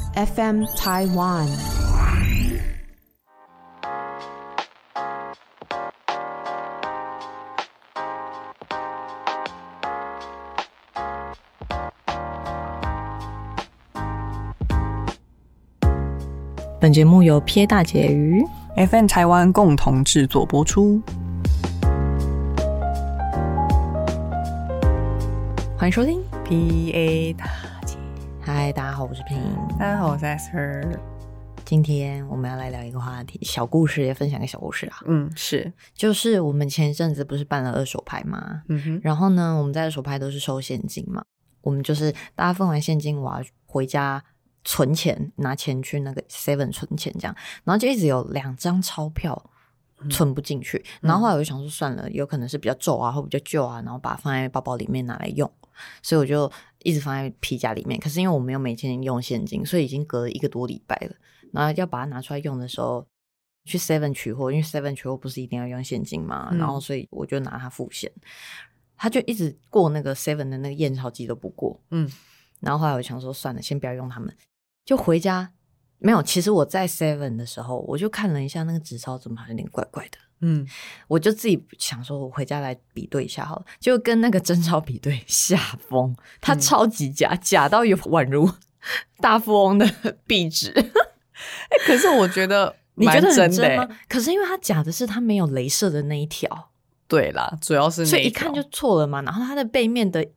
FM Taiwan。 本节目由撇大姐与 FM 台湾共同制作播出。 欢迎收听 PA 大姐。 嗨，大家好，我是平。 大家好，我是 Esther。 今天我们要来聊一个话题，小故事，也分享一个小故事啊。 是， 就是我们前一阵子不是办了二手拍吗？然后呢，我们在二手拍都是收现金嘛，我们就是大家分完现金，我要回家存钱，拿钱去那个 Seven 存钱这样，然后就一直有2张钞票存不进去，然后后来我就想说算了，有可能是比较皱啊或比较旧啊，然后把它放在包包里面拿来用，所以我就一直放在皮夹里面。可是因为我没有每天用现金，所以已经隔了1个多礼拜了，然后要把它拿出来用的时候去 Seven 取货，因为 Seven 取货不是一定要用现金嘛，然后所以我就拿它付现，他就一直过那个 Seven 的那个验钞机都不过，然后后来我想说算了，先不要用他们，就回家。没有，其实我在 Seven 的时候我就看了一下那个纸钞怎么好像有点怪怪的，我就自己想说我回家来比对一下好了，就跟那个真钞比对，吓疯，它超级假，假到有宛如大富翁的壁纸可是我觉得你觉得很真真吗？可是因为它假的是它没有雷射的那一条， 对啦，主要是那一条， 所以一看就错了嘛。然后它的背面的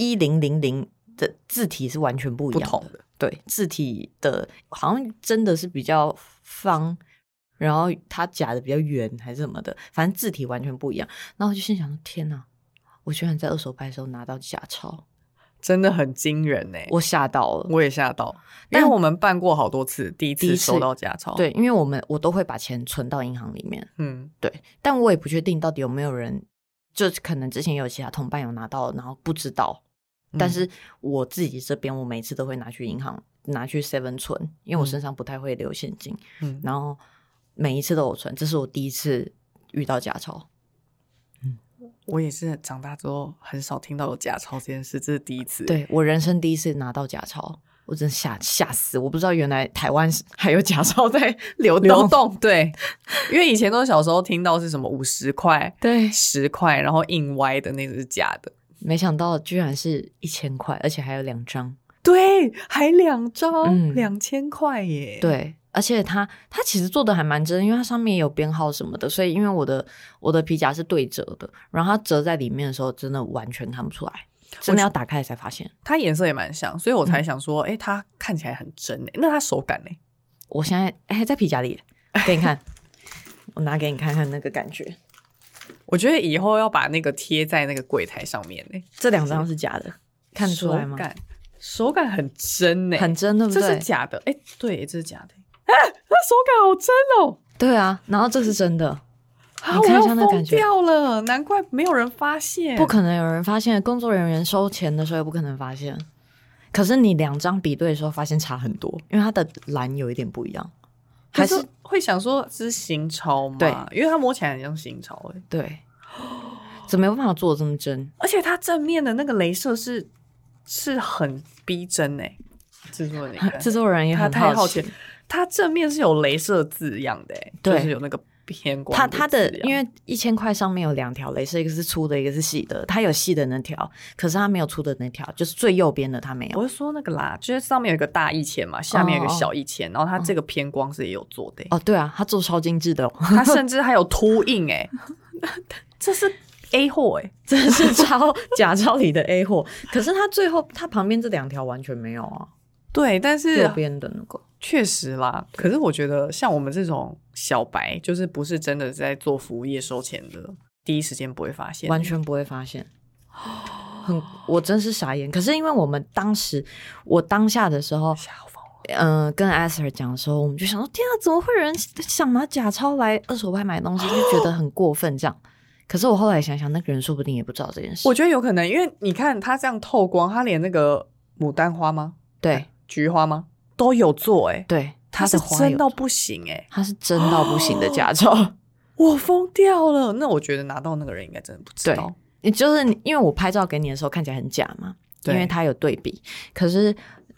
1000的字体是完全不一样的， 不同的， 对，字体的好像真的是比较方，然后它假的比较圆还是什么的，反正字体完全不一样。然后我就心想说天哪，我居然在二手拍的时候拿到假钞， 真的很惊人欸， 我吓到了， 我也吓到，因为我们办过好多次，第一次收到假钞， 对，因为我都会把钱存到银行里面，对，但我也不确定到底有没有人，就可能之前有其他同伴有拿到，然后不知道。但是我自己这边我每次都会拿去银行，拿去 Seven 存，因为我身上不太会留现金，然后每一次都有存，这是我第一次遇到假钞。 我也是长大之后很少听到有假钞这件事，这是第一次， 对，我人生第一次拿到假钞，我真吓死，我不知道原来台湾还有假钞在流动， 对，因为以前都小时候听到是什么50块， 对 ，10块，然后印歪的那个是假的， 没想到居然是1000块，而且还有2张， 对，还2张，2000块耶， 对，而且它其实做的还蛮真，因为它上面也有编号什么的，所以因为我的皮夹是对折的，然后它折在里面的时候真的完全看不出来，真的要打开才发现， 它颜色也蛮像，所以我才想说它看起来很真耶，那它手感呢？ 我现在还在皮夹里给你看我拿给你看看那个感觉， 我觉得以后要把那个贴在那个柜台上面耶， 这2张是假的，看得出来吗？ 手感很真耶， 很真，对不对？ 这是假的，对，这是假的，它手感好真哦， 对啊，然后这是真的， 你看一下那感觉， 我要疯掉了，难怪没有人发现， 不可能有人发现，工作人员收钱的时候也不可能发现，可是你2张比对的时候发现差很多，因为它的蓝有一点不一样， 还是会想说这是新钞吗？对，因为它摸起来很像新钞耶， 对，怎么有办法做得这么真？ 而且它正面的那个雷射是很逼真耶，制作人也很好奇，它正面是有雷射字样的耶，就是有那个偏光的字样，它的因为1000块上面有2条雷射，一个是粗的，一个是细的，它有细的那条，可是它没有粗的那条，就是最右边的它没有。 我是说那个啦，就是上面有一个大1000嘛，下面有一个小1000，然后它这个偏光是也有做的耶， 对啊，它做超精致的它甚至还有凸印耶这是A 货这是假钞里的 A 货，可是它最后它旁边这2条完全没有啊。 对，但是右边的那个确实啦，可是我觉得像我们这种小白，就是不是真的在做服务业收钱的，第一时间不会发现， 完全不会发现我真是傻眼。可是因为我当下的时候跟 Esther 讲的时候，我们就想说天啊，怎么会有人想拿假钞来二手拍买东西，就觉得很过分这样。可是我后来想想，那个人说不定也不知道这件事。 我觉得有可能，因为你看他这样透光，他连那个牡丹花吗？ 对， 菊花吗？都有做对， 他是真到不行他是真到不行的假钞我疯掉了。那我觉得拿到那个人应该真的不知道。 对，就是因为我拍照给你的时候看起来很假嘛，因为他有对比。可是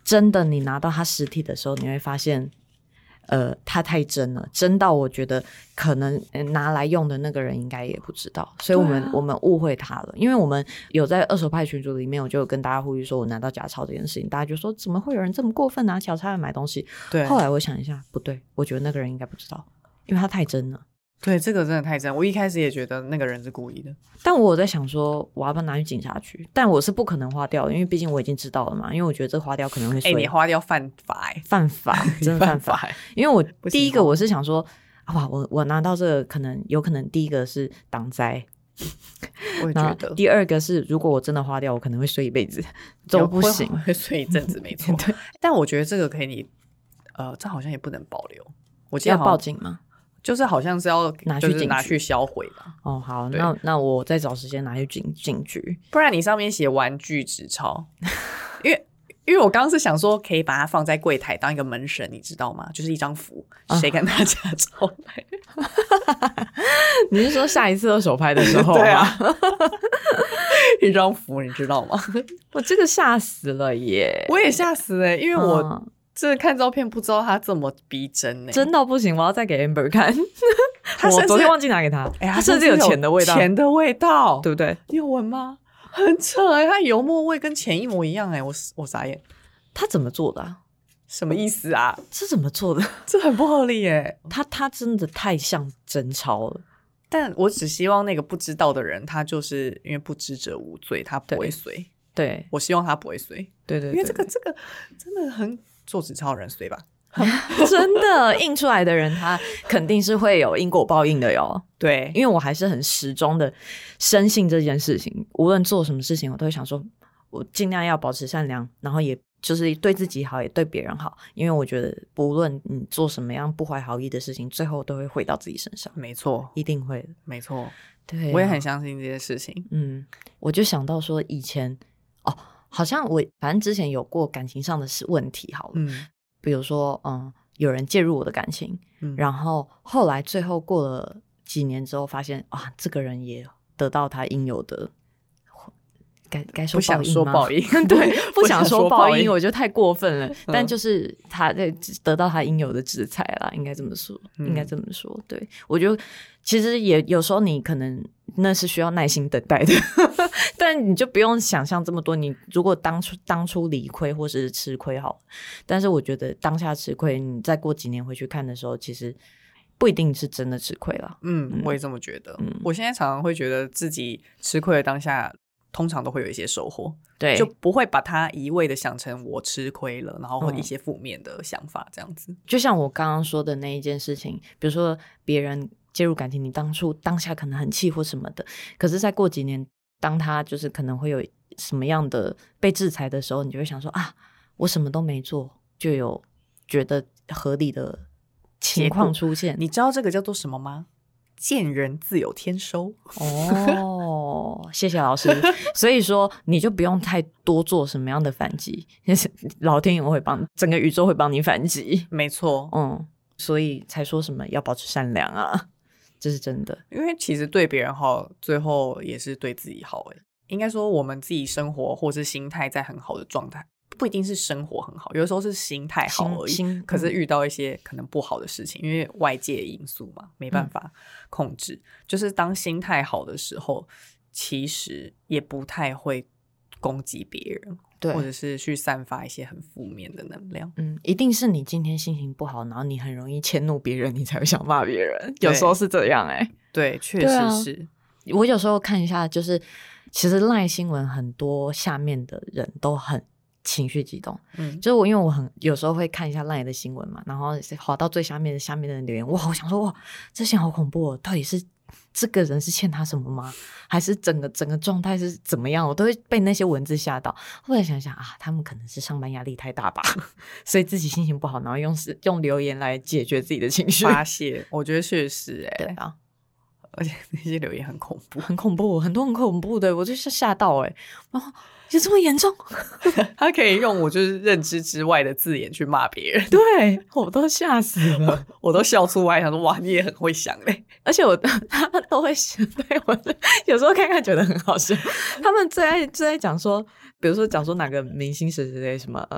真的你拿到它实体的时候，你会发现它太真了，真到我觉得可能拿来用的那个人应该也不知道，所以我们误会他了。因为我们有在二手派群组里面，我就有跟大家呼吁说我拿到假钞这件事情，大家就说怎么会有人这么过分拿假钞来买东西。对，后来我想一下，不对，我觉得那个人应该不知道，因为他太真了。 对，这个真的太真，我一开始也觉得那个人是故意的， 但我在想说我要不要拿去警察局，但我是不可能花掉的，因为毕竟我已经知道了嘛，因为我觉得这花掉可能会你花掉犯法犯法真的犯法因为我第一个我是想说哇，我拿到这个有可能第一个是挡灾， 我也觉得第二个是如果我真的花掉我可能会睡一辈子都不行， 会睡一阵子没错但我觉得这个可以这好像也不能保留，我记得要报警吗？ 就是好像是要拿去销毁的哦。好，那我再找时间拿去警局， 不然你上面写玩具纸钞因为我刚刚是想说可以把它放在柜台当一个门神，你知道吗？就是一张符，谁敢拿假钞来你是说下一次二手拍的时候吗？ 对啊一张符你知道吗？ 我这个嚇死了耶， 我也吓死了因为我这看照片不知道他这么逼真真到不行，我要再给 Amber 看我昨天忘记拿给他他甚至有钱的味道， 钱的味道对不对？ 你有闻吗？很扯他油墨味跟钱一模一样我傻眼， 他怎么做的啊？ 什么意思啊？ 这怎么做的？ 这很不合理耶， 他真的太像真钞了。 但我只希望那个不知道的人，他就是因为不知者无罪，他不会随。 对， 我希望他不会随。 对， 因为这个真的很做纸钞的人随吧真的印出来的人他肯定是会有因果报应的哟。 对， 因为我还是很始终的深信这件事情，无论做什么事情我都会想说我尽量要保持善良，然后也就是对自己好也对别人好，因为我觉得不论你做什么样不怀好意的事情最后都会回到自己身上。 没错， 一定会的， 没错。 对， 我也很相信这些事情。 我就想到说以前好像我反正之前有过感情上的问题好了，比如说有人介入我的感情，然后后来最后过了几年之后发现这个人也得到他应有的该说报应吗？不想说报应对，不想说报应我觉得太过分了但就是他得到他应有的制裁啦，应该这么说对，我觉得其实也有时候你可能那是需要耐心等待的但你就不用想象这么多，你如果当初理亏或是吃亏好，但是我觉得当下吃亏你再过几年回去看的时候其实不一定是真的吃亏啦。 我也这么觉得。我现在常常会觉得自己吃亏的当下通常都会有一些收获，对，就不会把它一味的想成我吃亏了，然后或一些负面的想法这样子。 就像我刚刚说的那一件事情，比如说别人介入感情，你当下可能很气或什么的，可是再过几年当他就是可能会有什么样的被制裁的时候，你就会想说我什么都没做就有觉得合理的情况出现。 你知道这个叫做什么吗？见人自有天收。 谢谢老师所以说你就不用太多做什么样的反击，老天爷会整个宇宙会帮你反击。 没错。 所以才说什么要保持善良啊，这是真的。 因为其实对别人好最后也是对自己好应该说我们自己生活或是心态在很好的状态，不一定是生活很好，有的时候是心态好而已。可是遇到一些可能不好的事情，因为外界因素嘛没办法控制，就是当心态好的时候其实也不太会攻击别人，对，或者是去散发一些很负面的能量。 一定是你今天心情不好，然后你很容易迁怒别人，你才会想骂别人，有时候是这样对，确实是。 我有时候看一下就是其实LINE新闻很多下面的人都很情绪激动，就是因为我有时候会看一下 LINE 的新闻嘛，然后滑到最下面的人留言，我想说这些好恐怖到底是这个人是欠他什么吗？还是整个状态是怎么样？我都会被那些文字吓到。后来想想他们可能是上班压力太大吧所以自己心情不好，然后用留言来解决自己的情绪发泄。我觉得确实对啊， 而且那些留言很恐怖， 很恐怖，很多很恐怖的，我就吓到然后有这么严重他可以用我就是认知之外的字眼去骂别人。 对，我都吓死了我都笑出来，想说哇你也很会想而且他们都会想，对，我有时候看觉得很好笑他们最爱讲说，比如说讲说哪个明星谁什么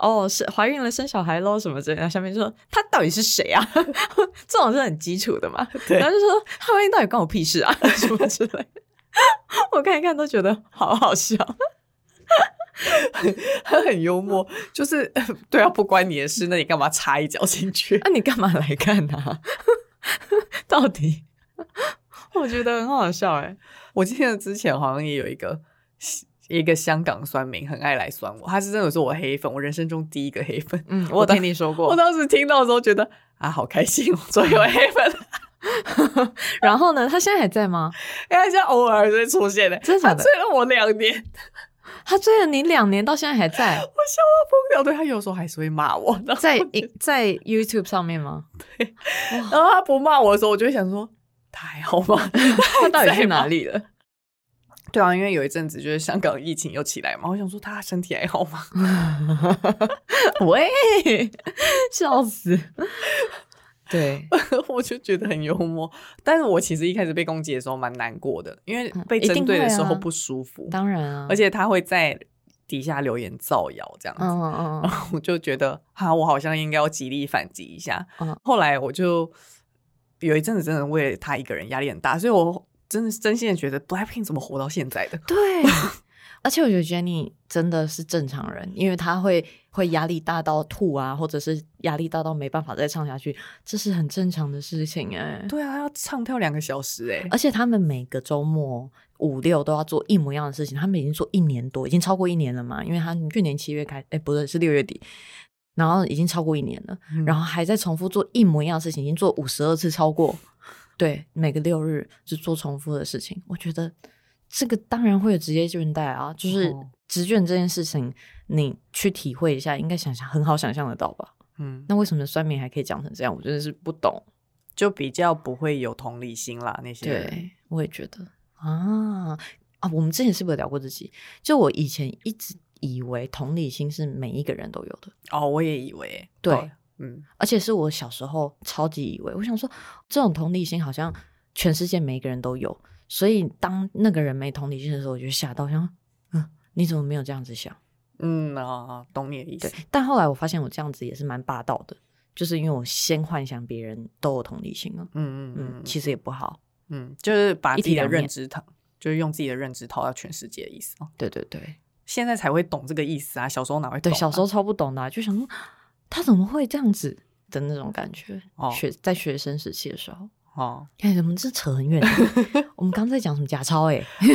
哦是怀孕了生小孩咯什么之类的，下面就说他到底是谁啊这种是很基础的嘛，然后就说他怀孕到底关我屁事啊什么之类的我看一看都觉得好好笑他很幽默，就是对啊，不关你的事，那你干嘛插一脚进去？ 那你干嘛来看啊到底我觉得很好笑我记得之前好像也有一个香港酸民很爱来酸我，他是真的是我黑粉，我人生中第一个黑粉。 我听你说过。 我当时听到的时候觉得啊，好开心，我终于有黑粉然后呢，他现在还在吗？ 他现在偶尔会出现的。 真的假的？ 他追了我2年。 他追了你2年，到现在还在？ 我笑到疯掉。对，他有时候还是会骂我。 在 YouTube 上面吗？ 对。然后他不骂我的时候，我就会想说他还好吗？ 他到底去哪里了？ 对啊，因为有一阵子就是香港疫情又起来嘛，我想说他身体还好吗？ 喂，笑死！对我就觉得很幽默，但是我其实一开始被攻击的时候蛮难过的，因为被针对的时候不舒服， 当然啊， 而且他会在底下留言造谣这样子，然后我就觉得我好像应该要极力反击一下。后来我就有一阵子真的为了他一个人压力很大，所以我真心的觉得 BLACKPINK 怎么活到现在的？ 对。而且我觉得 Jennie 真的是正常人，因为他会压力大到吐啊，或者是压力大到没办法再唱下去，这是很正常的事情对啊，要唱跳2个小时而且他们每个周末5、6都要做一模一样的事情，他们已经做1年多，已经超过1年了嘛，因为他去年7月开不对，是6月底，然后已经超过1年了，然后还在重复做一模一样的事情，已经做52次超过，对，每个6日就做重复的事情。我觉得这个当然会有职业倦怠啊，就是职倦这件事情你去体会一下，应该很好想象得到吧。那为什么酸民还可以讲成这样，我真的是不懂， 就比较不会有同理心啦那些人。 对，我也觉得我们之前是不是有聊过这集，就我以前一直以为同理心是每一个人都有的。 我也以为。 对，而且是我小时候超级以为，我想说这种同理心好像全世界每一个人都有，所以当那个人没同理心的时候，我就吓到，想你怎么没有这样子想？ 懂你的意思。 对，但后来我发现我这样子也是蛮霸道的，就是因为我先幻想别人都有同理心了。其实也不好。 就是把自己的认知就是用自己的认知套到全世界的意思。 对对对， 现在才会懂这个意思啊，小时候哪会懂？ 对，小时候超不懂的就想说他怎么会这样子的那种感觉。在学生时期的时候。看我们这扯很远我们刚才在讲什么假钞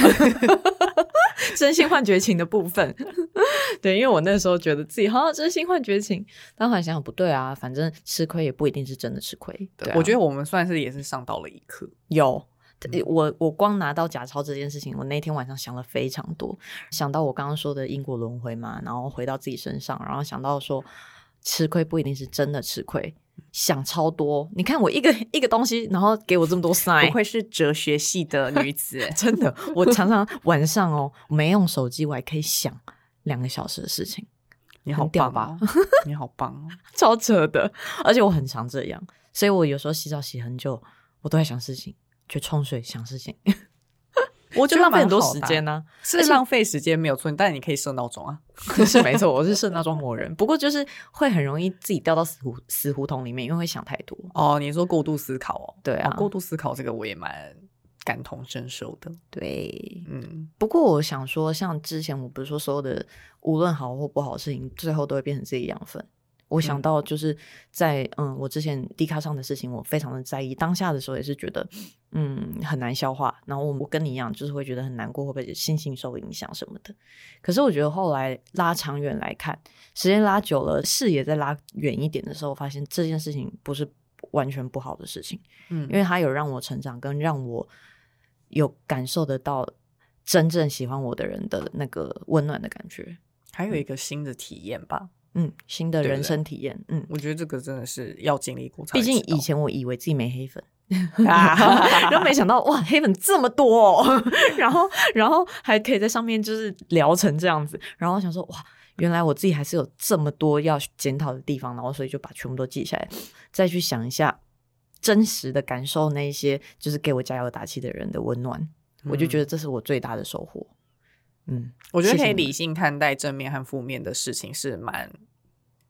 真心换绝情的部分对，因为我那时候觉得自己好像真心换绝情，但后来想想不对啊，反正吃亏也不一定是真的吃亏。对我觉得我们算是也是上到了一课。 有我光拿到假钞这件事情，我那天晚上想了非常多，想到我刚刚说的因果轮回嘛，然后回到自己身上，然后想到说吃亏不一定是真的吃亏，想超多。你看我一个东西，然后给我这么多 sign， 不愧是哲学系的女子真的，我常常晚上没用手机，我还可以想2个小时的事情。 你好棒吧？ 你好棒超扯的。而且我很常这样，所以我有时候洗澡洗很久，我都在想事情，就冲水想事情。 我就浪费很多时间呢。 是浪费时间没有错，但你可以设闹钟啊。 是没错，我是设闹钟魔人。不过就是会很容易自己掉到死胡同里面，因为会想太多。 你说过度思考对啊， 过度思考这个我也蛮感同身受的。 对，不过我想说，像之前我不是说所有的无论好或不好的事情，最后都会变成自己养分。我想到就是在我之前D卡上的事情，我非常的在意，当下的时候也是觉得很难消化，然后我跟你一样就是会觉得很难过，会不会心情受影响什么的。可是我觉得后来拉长远来看，时间拉久了，视野再拉远一点的时候，发现这件事情不是完全不好的事情。因为它有让我成长，跟让我有感受得到真正喜欢我的人的那个温暖的感觉， 还有一个新的体验吧。 新的人生体验。 我觉得这个真的是要经历过才知道。 毕竟以前我以为自己没黑粉然后没想到哇黑粉这么多然后还可以在上面就是聊成这样子，然后想说哇原来我自己还是有这么多要检讨的地方，然后所以就把全部都记下来，再去想一下真实的感受那一些就是给我加油打气的人的温暖。我就觉得这是我最大的收获。 我觉得可以理性看待正面和负面的事情是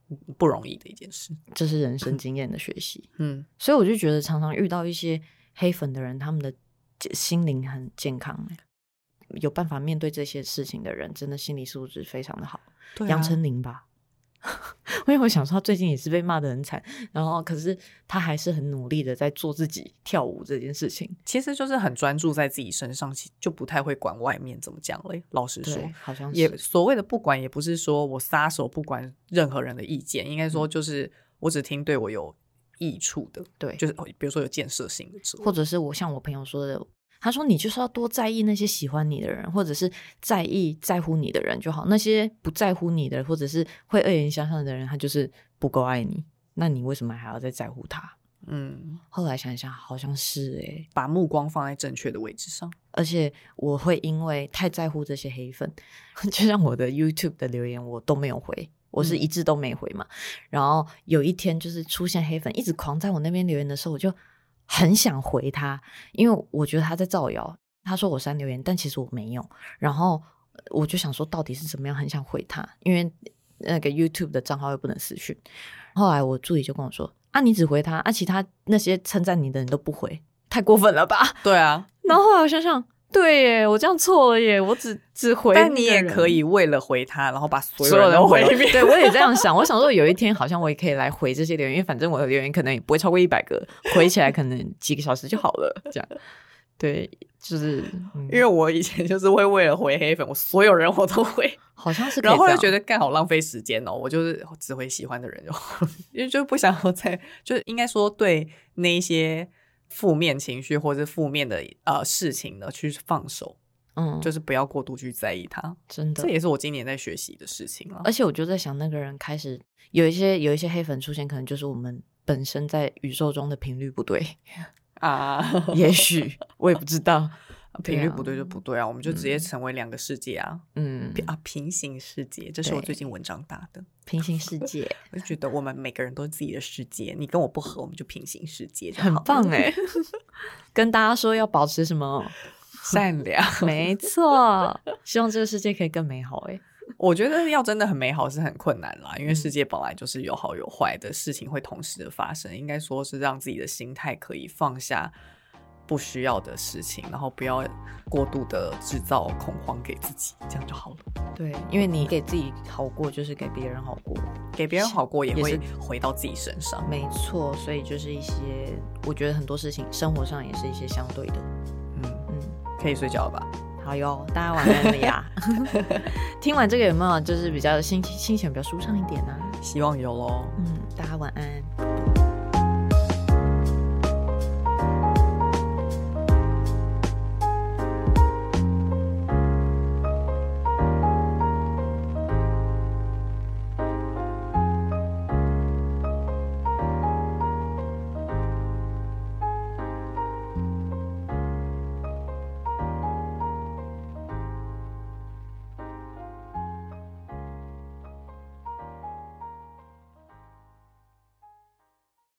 不容易的一件事， 这是人生经验的学习。所以我就觉得常常遇到一些黑粉的人，他们的心灵很健康，有办法面对这些事情的人，真的心理素质非常的好。杨丞琳吧，因为我想说他最近也是被骂得很惨，然后可是他还是很努力的在做自己跳舞这件事情， 其实就是很专注在自己身上，就不太会管外面怎么讲嘞。老实说， 好像是也所谓的不管，也不是说我撒手不管任何人的意见，应该说就是我只听对我有益处的，对，就是比如说有建设性的， 或者是像我朋友说的，他说你就是要多在意那些喜欢你的人，或者是在乎你的人就好，那些不在乎你的或者是会恶言相向的人，他就是不够爱你，那你为什么还要再在乎他？后来想一想好像是把目光放在正确的位置上。 而且我会因为太在乎这些黑粉，就像我的 YouTube 的留言我都没有回，我是一字都没回嘛，然后有一天就是出现黑粉一直狂在我那边留言的时候，我就很想回他，因为我觉得他在造谣，他说我删留言，但其实我没有，然后我就想说到底是怎么样，很想回他，因为那个 YouTube 的账号又不能私讯。后来我助理就跟我说啊，你只回他啊，其他那些称赞你的人都不回，太过分了吧？ 对啊。 然后后来我想想，对耶，我这样错了耶，我只回， 但你也可以为了回他，然后把所有人都回一遍。 对，我也这样想。我想说有一天好像我也可以来回这些留言，因为反正我的留言可能也不会超过100个，回起来可能几个小时就好了。这样，对，就是因为我以前就是会为了回黑粉，我所有人我都回， 好像是可以这样。 然后后来觉得干好浪费时间哦，我就是只回喜欢的人就好，因为就不想要就是应该说对那一些负面情绪或者负面的事情呢去放手，就是不要过度去在意它。真的，这也是我今年在学习的事情了。 而且我就在想，那个人开始有一些黑粉出现，可能就是我们本身在宇宙中的频率不对啊，也许我也不知道。 频率不对就不对啊，我们就直接成为2个世界啊。平行世界，这是我最近文章打的平行世界。 我就觉得我们每个人都是自己的世界，你跟我不合，我们就平行世界就好， 很棒跟大家说要保持什么善良， 没错，希望这个世界可以更美好。 我觉得要真的很美好是很困难啦，因为世界本来就是有好有坏的事情会同时的发生，应该说是让自己的心态可以放下不需要的事情，然后不要过度的制造恐慌给自己，这样就好了。对， 因为你给自己好过就是给别人好过， 给别人好过也会回到自己身上。 没错，所以就是一些我觉得很多事情生活上也是一些相对的。 可以睡觉了吧？ 好哟，大家晚安了呀。听完这个有没有就是比较心情比较舒畅一点啊？ 希望有咯。 大家晚安。